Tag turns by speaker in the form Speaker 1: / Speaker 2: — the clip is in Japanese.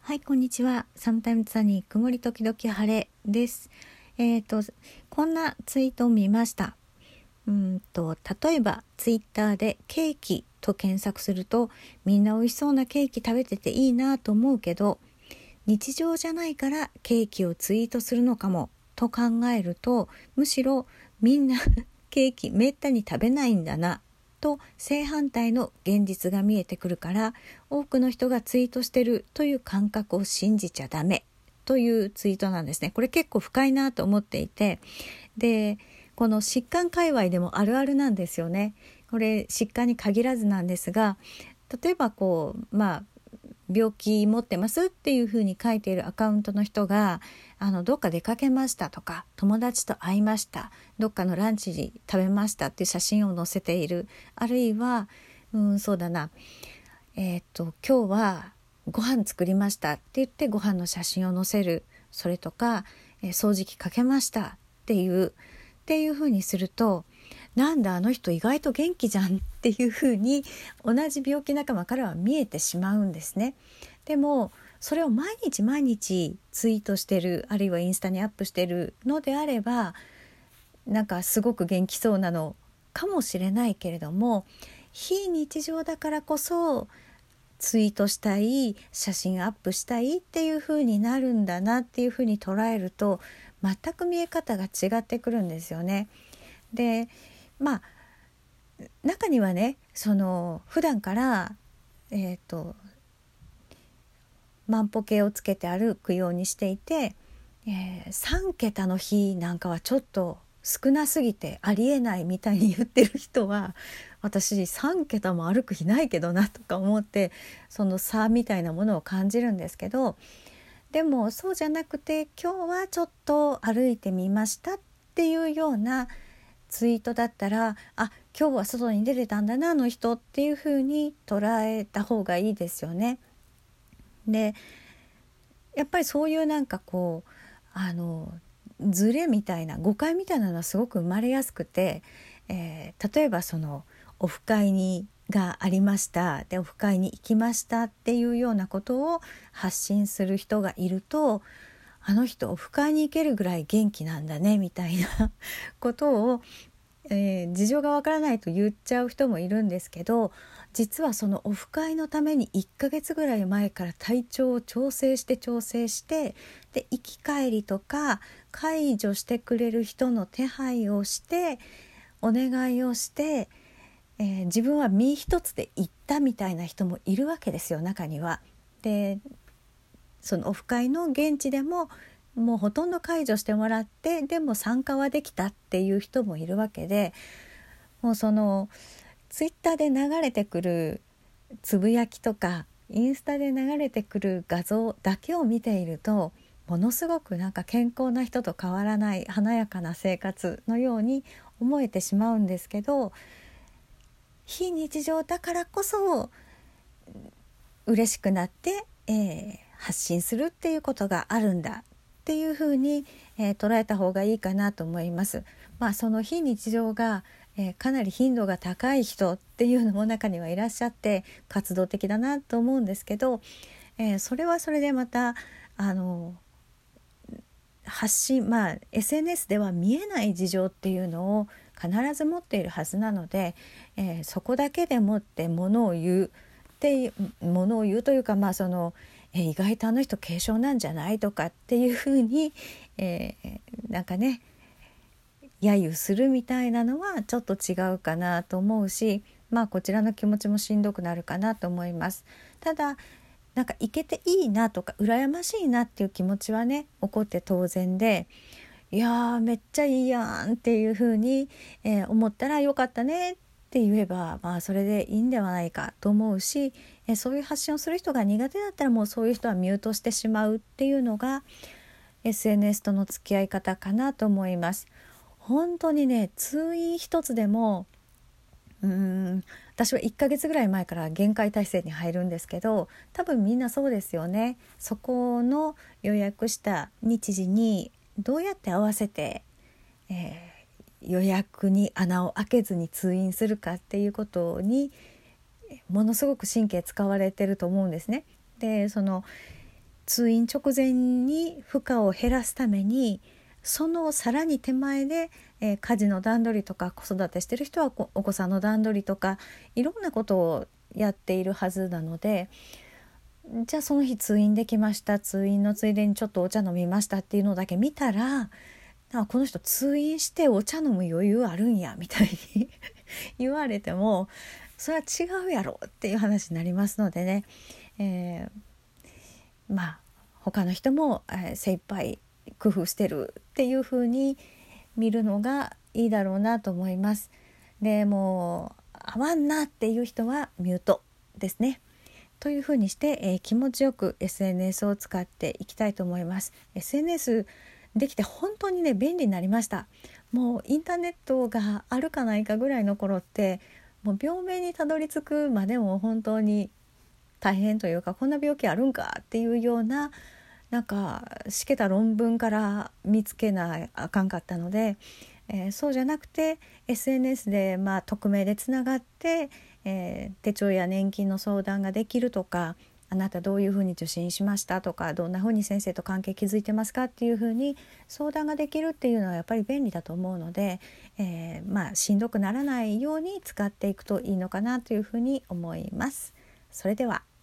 Speaker 1: はい、こんにちは。サムタイムズサニー、曇り時々晴れです。こんなツイートを見ました。例えばツイッターでケーキと検索すると、みんな美味しそうなケーキ食べてていいなと思うけど、日常じゃないからケーキをツイートするのかもと考えると、むしろみんなケーキめったに食べないんだなと正反対の現実が見えてくるから、多くの人がツイートしてるという感覚を信じちゃダメというツイートなんですね。これ結構深いなと思っていて、でこの疾患界隈でもあるあるなんですよね。これ疾患に限らずなんですが、例えば病気持ってますっていう風に書いているアカウントの人がどっか出かけましたとか、友達と会いました、どっかのランチ食べましたっていう写真を載せている、あるいはそうだな、今日はご飯作りましたって言ってご飯の写真を載せる、それとか、掃除機かけましたっていう風にすると、なんだあの人意外と元気じゃんっていう風に同じ病気仲間からは見えてしまうんですね。でもそれを毎日ツイートしてる、あるいはインスタにアップしてるのであれば、なんかすごく元気そうなのかもしれないけれども、非日常だからこそツイートしたい、写真アップしたいっていう風になるんだなっていう風に捉えると、全く見え方が違ってくるんですよね。で中にはね、普段から万歩計をつけて歩くようにしていて、3桁の日なんかはちょっと少なすぎてありえないみたいに言ってる人は、私3桁も歩く日ないけどなとか思って、その差みたいなものを感じるんですけど、でもそうじゃなくて、今日はちょっと歩いてみましたっていうようなツイートだったら、今日は外に出れたんだなあの人っていう風に捉えた方がいいですよね。でやっぱりそういうズレみたいな、誤解みたいなのはすごく生まれやすくて、例えばオフ会がありました、でオフ会に行きましたっていうようなことを発信する人がいると、あの人オフ会に行けるぐらい元気なんだねみたいなことを、事情がわからないと言っちゃう人もいるんですけど、実はそのオフ会のために1ヶ月ぐらい前から体調を調整して、で行き帰りとか介助してくれる人の手配をして、お願いをして、自分は身一つで行ったみたいな人もいるわけですよ、中には。でそのオフ会の現地でももうほとんど解除してもらって、でも参加はできたっていう人もいるわけで、もうツイッターで流れてくるつぶやきとかインスタで流れてくる画像だけを見ていると、ものすごく健康な人と変わらない華やかな生活のように思えてしまうんですけど、非日常だからこそ嬉しくなって、発信するっていうことがあるんだっていうふうに、捉えた方がいいかなと思います。その非日常が、かなり頻度が高い人っていうのも中にはいらっしゃって活動的だなと思うんですけど、それはそれでまた発信、SNS では見えない事情っていうのを必ず持っているはずなので、そこだけでもってものを言うというか、意外とあの人軽症なんじゃないとかっていうふうに、揶揄するみたいなのはちょっと違うかなと思うし、こちらの気持ちもしんどくなるかなと思います。ただいけていいなとか羨ましいなっていう気持ちはね、起こって当然で、いやめっちゃいいやんっていうふうに、思ったらよかったねって言えば、それでいいんではないかと思うし、そういう発信をする人が苦手だったらもうそういう人はミュートしてしまうっていうのが SNS との付き合い方かなと思います。本当にね、通院一つでも私は1ヶ月ぐらい前から限界体制に入るんですけど、多分みんなそうですよね。そこの予約した日時にどうやって合わせて、予約に穴を開けずに通院するかっていうことにものすごく神経使われてると思うんですね。で通院直前に負荷を減らすためにそのさらに手前で、家事の段取りとか子育てしてる人はお子さんの段取りとかいろんなことをやっているはずなので、じゃあその日通院できました、通院のついでにちょっとお茶飲みましたっていうのだけ見たら、この人通院してお茶飲む余裕あるんやみたいに言われてもそれは違うやろっていう話になりますのでね、他の人も、精一杯工夫してるっていう風に見るのがいいだろうなと思います。でもう合わんなっていう人はミュートですねという風にして、気持ちよく SNS を使っていきたいと思います。 SNS できて本当にね便利になりました。もうインターネットがあるかないかぐらいの頃ってもう病名にたどり着くまでも本当に大変というか、こんな病気あるんかっていうようなしけた論文から見つけなあかんかったので、そうじゃなくて SNS で匿名でつながって、手帳や年金の相談ができるとか、あなたどういうふうに受診しましたとか、どんなふうに先生と関係築いてますかっていうふうに相談ができるっていうのはやっぱり便利だと思うので、しんどくならないように使っていくといいのかなというふうに思います。それでは。